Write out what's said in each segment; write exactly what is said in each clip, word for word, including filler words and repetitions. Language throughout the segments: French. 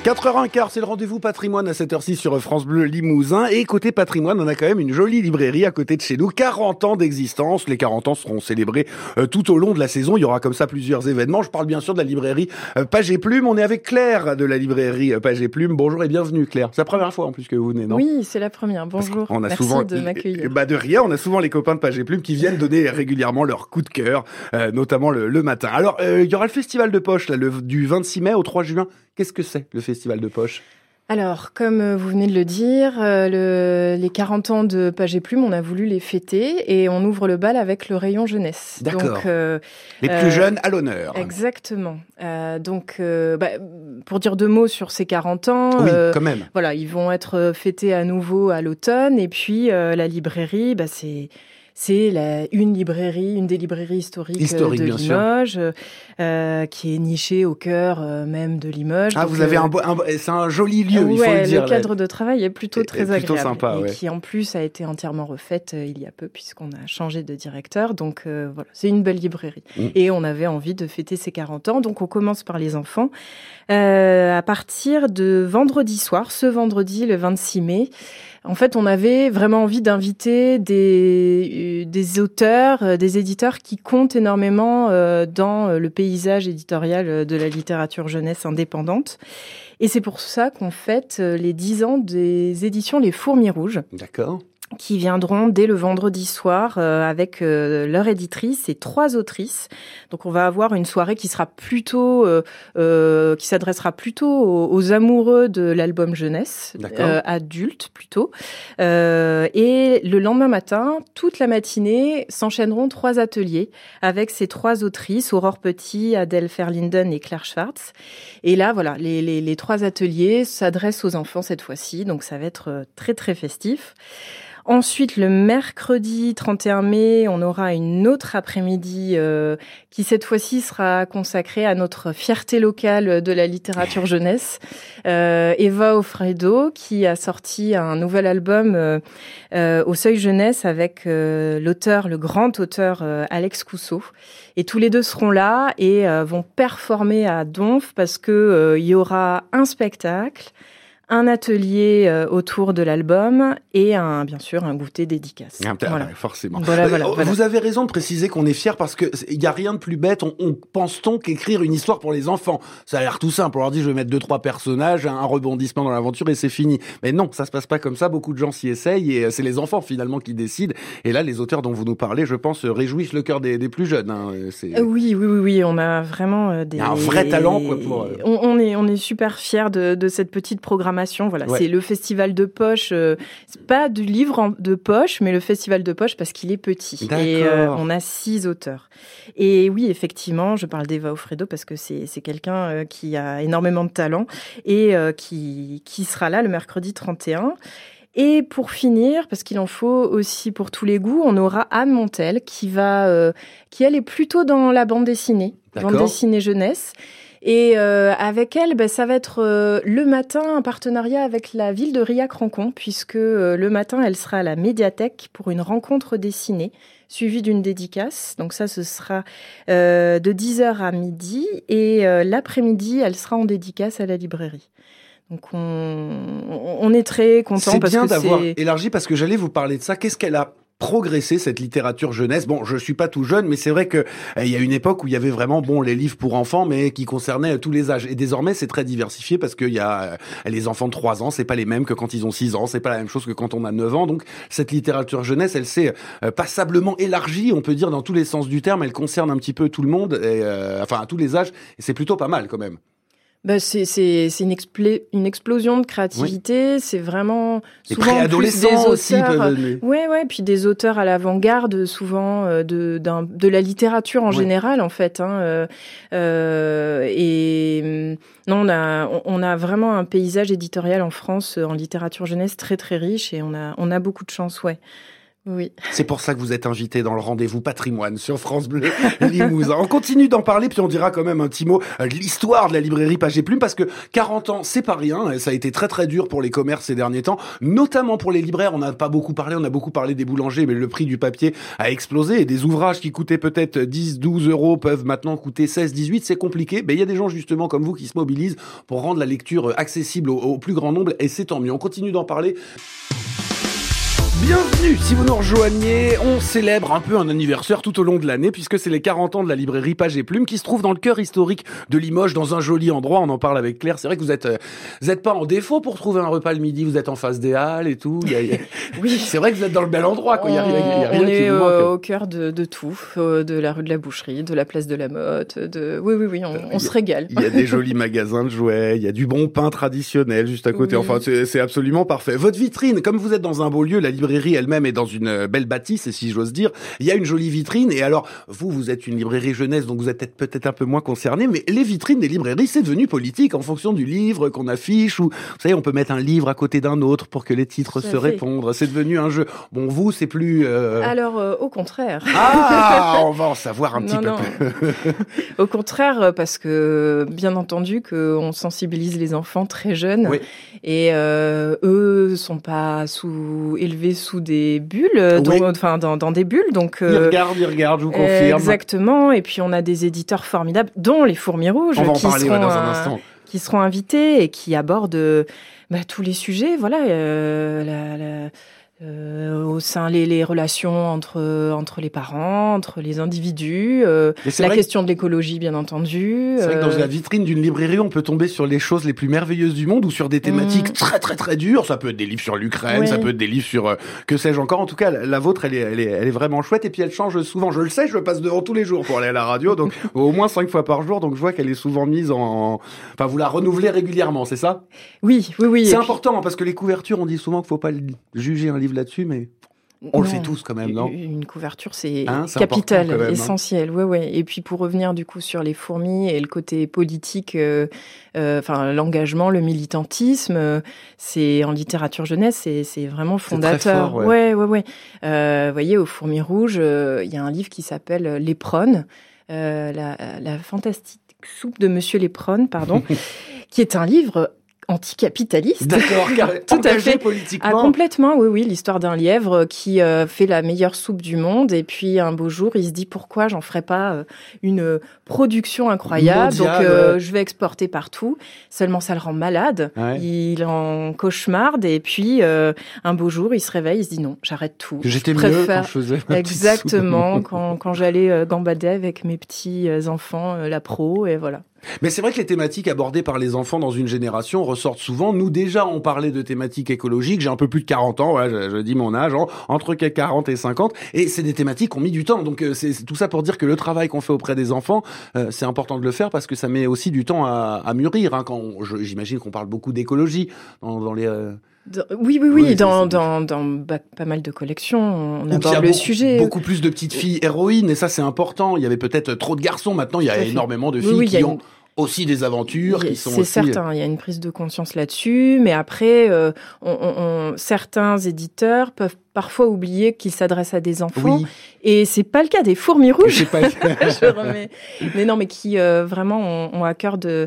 quatre heures quinze, c'est le rendez-vous patrimoine à cette heure-ci sur France Bleu Limousin. Et côté patrimoine, on a quand même une jolie librairie à côté de chez nous. quarante ans d'existence. Les quarante ans seront célébrés euh, tout au long de la saison. Il y aura comme ça plusieurs événements. Je parle bien sûr de la librairie euh, Page et Plume. On est avec Claire de la librairie euh, Page et Plume. Bonjour et bienvenue Claire. C'est la première fois en plus que vous venez, non? Oui, c'est la première. Bonjour. On a Merci souvent, de m'accueillir. Bah de rien. On a souvent les copains de Page et Plume qui viennent donner régulièrement leur coup de cœur, euh, notamment le, le matin. Alors, euh, il y aura le festival de poche là, le, du vingt-six mai au trois juin. Qu'est-ce que c'est le festival de poche? Alors, comme vous venez de le dire, euh, le, les quarante ans de Page et Plume, on a voulu les fêter et on ouvre le bal avec le rayon jeunesse. D'accord. Donc, euh, les plus euh, jeunes à l'honneur. Exactement. Euh, donc, euh, bah, pour dire deux mots sur ces quarante ans, oui, euh, quand même. Voilà, ils vont être fêtés à nouveau à l'automne et puis euh, la librairie, bah, c'est... C'est la, une librairie, une des librairies historiques Historique, de bien Limoges, euh, qui est nichée au cœur euh, même de Limoges. Ah, donc, vous avez euh, un, un, c'est un joli lieu, ouais, il faut le dire. Le cadre là. de travail est plutôt très est plutôt agréable sympa, et ouais. qui en plus a été entièrement refaite euh, il y a peu puisqu'on a changé de directeur. Donc euh, voilà, c'est une belle librairie. Mmh. Et on avait envie de fêter ses quarante ans, donc on commence par les enfants. Euh, à partir de vendredi soir, ce vendredi, le vingt-six mai, en fait, on avait vraiment envie d'inviter des, des auteurs, des éditeurs qui comptent énormément dans le paysage éditorial de la littérature jeunesse indépendante. Et c'est pour ça qu'on fête les dix ans des éditions Les Fourmis Rouges. D'accord. Qui viendront dès le vendredi soir euh, avec euh, leur éditrice et trois autrices. Donc on va avoir une soirée qui sera plutôt, euh, euh, qui s'adressera plutôt aux, aux amoureux de l'album jeunesse, euh, adultes plutôt. Euh, et le lendemain matin, toute la matinée, s'enchaîneront trois ateliers avec ces trois autrices, Aurore Petit, Adèle Ferlinden et Claire Schwartz. Et là, voilà, les, les, les trois ateliers s'adressent aux enfants cette fois-ci, donc ça va être très très festif. Ensuite, le mercredi trente et un mai, on aura une autre après-midi euh, qui, cette fois-ci, sera consacrée à notre fierté locale de la littérature jeunesse. Euh, Eva Offredo, qui a sorti un nouvel album euh, euh, au Seuil Jeunesse avec euh, l'auteur, le grand auteur euh, Alex Cousseau. Et tous les deux seront là et euh, vont performer à Donf parce que euh, il y aura un spectacle, un atelier euh, autour de l'album et un, bien sûr un goûter dédicace. Ah, voilà. Forcément. Voilà, voilà, euh, voilà. Vous avez raison de préciser qu'on est fiers parce que il y a rien de plus bête. On, on pense-t-on qu'écrire une histoire pour les enfants, ça a l'air tout simple. On leur dit je vais mettre deux trois personnages, un rebondissement dans l'aventure et c'est fini. Mais non, ça se passe pas comme ça. Beaucoup de gens s'y essayent et c'est les enfants finalement qui décident. Et là, les auteurs dont vous nous parlez, je pense, réjouissent le cœur des, des plus jeunes. Hein. C'est... Oui, oui, oui, oui. On a vraiment des. Il y a un vrai talent quoi pour. Euh... On, on est, on est super fiers de, de cette petite programmation. Voilà, ouais. C'est le festival de poche, euh, c'est pas du livre en, de poche, mais le festival de poche parce qu'il est petit. D'accord. Et euh, on a six auteurs. Et oui, effectivement, je parle d'Eva Offredo parce que c'est, c'est quelqu'un euh, qui a énormément de talent et euh, qui, qui sera là le mercredi trente et un. Et pour finir, parce qu'il en faut aussi pour tous les goûts, on aura Anne Montel qui va, euh, qui elle est plutôt dans la bande dessinée, D'accord. bande dessinée jeunesse. Et euh, avec elle, ben, ça va être euh, le matin un partenariat avec la ville de Riac-Rancon, puisque euh, le matin, elle sera à la médiathèque pour une rencontre dessinée, suivie d'une dédicace. Donc ça, ce sera euh, de dix heures à midi. Et euh, l'après-midi, elle sera en dédicace à la librairie. Donc on, on est très content parce bien que d'avoir c'est... élargi parce que j'allais vous parler de ça. Qu'est-ce qu'elle a progresser cette littérature jeunesse. Bon, je suis pas tout jeune, mais c'est vrai que il euh, y a une époque où il y avait vraiment bon les livres pour enfants, mais qui concernaient euh, tous les âges. Et désormais, c'est très diversifié parce qu'il y a euh, les enfants de trois ans, c'est pas les mêmes que quand ils ont six ans, c'est pas la même chose que quand on a neuf ans. Donc cette littérature jeunesse, elle s'est euh, passablement élargie, on peut dire dans tous les sens du terme. Elle concerne un petit peu tout le monde, et, euh, enfin à tous les âges. Et c'est plutôt pas mal quand même. Bah c'est c'est c'est une explé- une explosion de créativité, oui. C'est vraiment les souvent préadolescents plus des aussi auteurs, peuvent mais... ouais ouais, puis des auteurs à l'avant-garde souvent euh, de d'un, de la littérature en ouais. général en fait hein, euh, euh, et non on a on a vraiment un paysage éditorial en France en littérature jeunesse très très riche et on a on a beaucoup de chance ouais. Oui. C'est pour ça que vous êtes invité dans le rendez-vous patrimoine sur France Bleu Limousin. On continue d'en parler, puis on dira quand même un petit mot de l'histoire de la librairie Page et Plume, parce que quarante ans, c'est pas rien. Ça a été très très dur pour les commerces ces derniers temps, notamment pour les libraires. On n'a pas beaucoup parlé, on a beaucoup parlé des boulangers, mais le prix du papier a explosé. Et des ouvrages qui coûtaient peut-être dix, douze euros peuvent maintenant coûter seize, dix-huit. C'est compliqué. Mais il y a des gens justement comme vous qui se mobilisent pour rendre la lecture accessible au, au plus grand nombre, et c'est tant mieux. On continue d'en parler. Bienvenue, si vous nous rejoignez, on célèbre un peu un anniversaire tout au long de l'année puisque c'est les quarante ans de la librairie Page et Plume qui se trouve dans le cœur historique de Limoges, dans un joli endroit. On en parle avec Claire. C'est vrai que vous êtes, euh, vous êtes pas en défaut pour trouver un repas le midi. Vous êtes en face des halles et tout. Il y a, il y a... Oui, c'est vrai que vous êtes dans le bel endroit. Quoi. Il y a, il y a, il y a rien on qui est vous manque. euh, au cœur de, de tout, euh, de la rue de la Boucherie, de la place de la Motte. De... Oui, oui, oui, on, on se régale. Il y a des jolis magasins de jouets. Il y a du bon pain traditionnel juste à côté. Oui. Enfin, c'est, c'est absolument parfait. Votre vitrine, comme vous êtes dans un beau lieu, la librairie elle-même est dans une belle bâtisse, si j'ose dire. Il y a une jolie vitrine. Et alors, vous, vous êtes une librairie jeunesse, donc vous êtes peut-être un peu moins concerné, mais les vitrines des librairies, c'est devenu politique en fonction du livre qu'on affiche. Ou, vous savez, on peut mettre un livre à côté d'un autre pour que les titres se répondent. C'est devenu un jeu. Bon, vous, c'est plus... Euh... Alors, euh, au contraire. Ah, on va en savoir un non, petit non. peu. Au contraire, parce que, bien entendu, qu'on sensibilise les enfants très jeunes. Oui. Et euh, eux sont pas sous, élevés sous des bulles. Oui. Dans, enfin, dans, dans des bulles, donc. Euh, ils regardent, ils regardent, je vous confirme. Exactement. Et puis on a des éditeurs formidables, dont les Fourmis Rouges, on va en qui parler seront, ouais, dans un instant. Euh, qui seront invités et qui abordent bah, tous les sujets. Voilà, euh, la, la, euh, au sein les, les relations entre entre les parents, entre les individus, euh, la question que... de l'écologie, bien entendu. C'est vrai que dans la vitrine d'une librairie, on peut tomber sur les choses les plus merveilleuses du monde ou sur des thématiques mmh. très très très dures. Ça peut être des livres sur l'Ukraine, ouais. ça peut être des livres sur euh, que sais-je encore. En tout cas, la, la vôtre, elle est, elle est elle est vraiment chouette et puis elle change souvent. Je le sais, je passe devant tous les jours pour aller à la radio, donc au moins cinq fois par jour. Donc je vois qu'elle est souvent mise en, enfin vous la renouvelez régulièrement, c'est ça? Oui, oui, oui. C'est important puis... parce que les couvertures, on dit souvent qu'il faut pas juger un livre là-dessus, mais on non, le fait tous quand même, non? Une couverture, c'est, hein, c'est capital, même, essentiel. Hein. Ouais, ouais. Et puis pour revenir du coup sur les fourmis et le côté politique, euh, euh, enfin l'engagement, le militantisme, euh, c'est en littérature jeunesse, c'est, c'est vraiment fondateur. C'est très fort, ouais. ouais, ouais, ouais. Euh, vous voyez, aux Fourmis Rouges, il euh, y a un livre qui s'appelle L'Éperonne, euh, la, la fantastique soupe de Monsieur L'Éperonne, pardon, qui est un livre anticapitaliste. D'accord, tout à fait politiquement. Ah, complètement, oui, oui, l'histoire d'un lièvre qui euh, fait la meilleure soupe du monde et puis un beau jour, il se dit pourquoi j'en ferais pas euh, une production incroyable, Mondial, donc euh, ouais. je vais exporter partout. Seulement, ça le rend malade. Ouais. Il en cauchemarde et puis euh, un beau jour, il se réveille, il se dit non, j'arrête tout. J'étais je mieux quand je faisais ma exactement quand quand j'allais euh, gambader avec mes petits enfants, euh, la pro et voilà. Mais c'est vrai que les thématiques abordées par les enfants dans une génération ressortent souvent. Nous, déjà, on parlait de thématiques écologiques. J'ai un peu plus de quarante ans, ouais, je, je dis mon âge, hein, entre quarante et cinquante. Et c'est des thématiques qui ont mis du temps. Donc, euh, c'est, c'est tout ça pour dire que le travail qu'on fait auprès des enfants, euh, c'est important de le faire parce que ça met aussi du temps à, à mûrir. Hein, quand on, je, j'imagine qu'on parle beaucoup d'écologie dans, dans les... Euh... Dans, oui, oui, oui, oui dans, dans, dans bah, pas mal de collections, on donc aborde le beaucoup, sujet. Beaucoup plus de petites filles héroïnes, et ça, c'est important. Il y avait peut-être trop de garçons. Maintenant, il y a énormément de filles oui, oui, qui ont... Une... aussi des aventures qui sont c'est aussi... certain, il y a une prise de conscience là-dessus, mais après, euh, on, on, on, certains éditeurs peuvent parfois oublier qu'ils s'adressent à des enfants, oui. et c'est pas le cas des Fourmis Rouges. C'est pas... Je remets... Mais non, mais qui euh, vraiment ont, ont à cœur de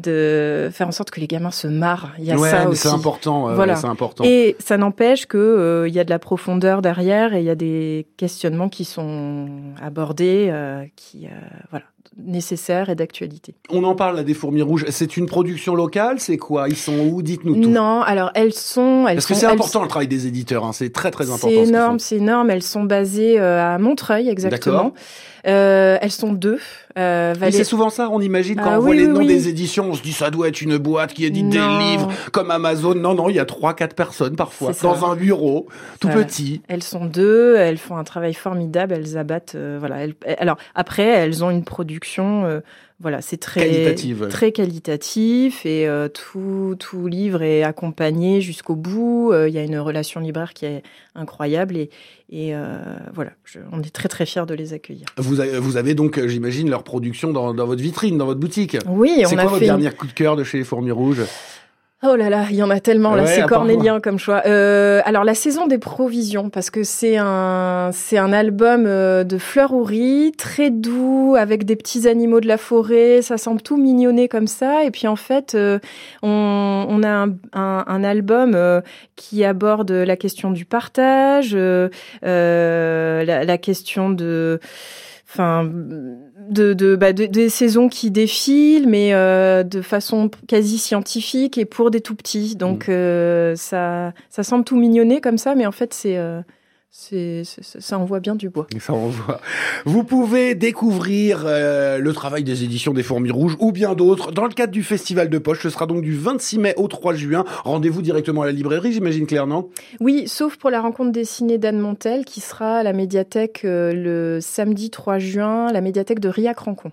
de faire en sorte que les gamins se marrent. Il y a ouais, ça mais aussi. C'est important. Euh, voilà. C'est important. Et ça n'empêche que euh, il y a de la profondeur derrière et il y a des questionnements qui sont abordés, euh, qui euh, voilà. nécessaire et d'actualité. On en parle là des Fourmis Rouges. C'est une production locale, c'est quoi? Ils sont où? Dites-nous tout. Non, alors elles sont... Elles Parce que sont, c'est elles... important le travail des éditeurs, hein. C'est très très important. C'est énorme, c'est énorme. Elles sont basées euh, à Montreuil, exactement. Euh, elles sont deux. Euh, Valé... C'est souvent ça, on imagine quand ah, on voit oui, les oui, noms oui. des éditions, on se dit ça doit être une boîte qui édite non. des livres comme Amazon. Non, non, il y a trois, quatre personnes parfois dans un bureau tout voilà. petit. Elles sont deux, elles font un travail formidable, elles abattent. Euh, voilà. Elles... Alors après, elles ont une production. Euh, Voilà, c'est très qualitative. très qualitatif et euh, tout tout livre est accompagné jusqu'au bout. Il euh, y a une relation libraire qui est incroyable et et euh, voilà, je, on est très très fiers de les accueillir. Vous avez, vous avez donc, j'imagine, leur production dans dans votre vitrine, dans votre boutique. Oui, c'est on quoi a votre fait dernier coup de cœur de chez les Fourmis Rouges? Oh là là, il y en a tellement, là, Ouais, c'est apparemment. cornélien comme choix. Euh, alors, la saison des provisions, parce que c'est un, c'est un album euh, de fleurs au riz, très doux, avec des petits animaux de la forêt, ça semble tout mignonné comme ça. Et puis, en fait, euh, on, on a un, un, un album euh, qui aborde la question du partage, euh, euh, la, la question de... Enfin, de, de, bah, de, des saisons qui défilent, mais euh, de façon quasi scientifique et pour des tout petits. Donc, mmh. euh, ça, ça semble tout mignonné comme ça, mais en fait, c'est... Euh, C'est, c'est, ça envoie bien du bois. Ça envoie. Vous pouvez découvrir euh, le travail des éditions des Fourmis Rouges ou bien d'autres dans le cadre du Festival de Poche. Ce sera donc du vingt-six mai au trois juin. Rendez-vous directement à la librairie, j'imagine, Claire, non ? Oui, sauf pour la rencontre dessinée d'Anne Montel qui sera à la médiathèque euh, le samedi trois juin, la médiathèque de Riac-Rancon.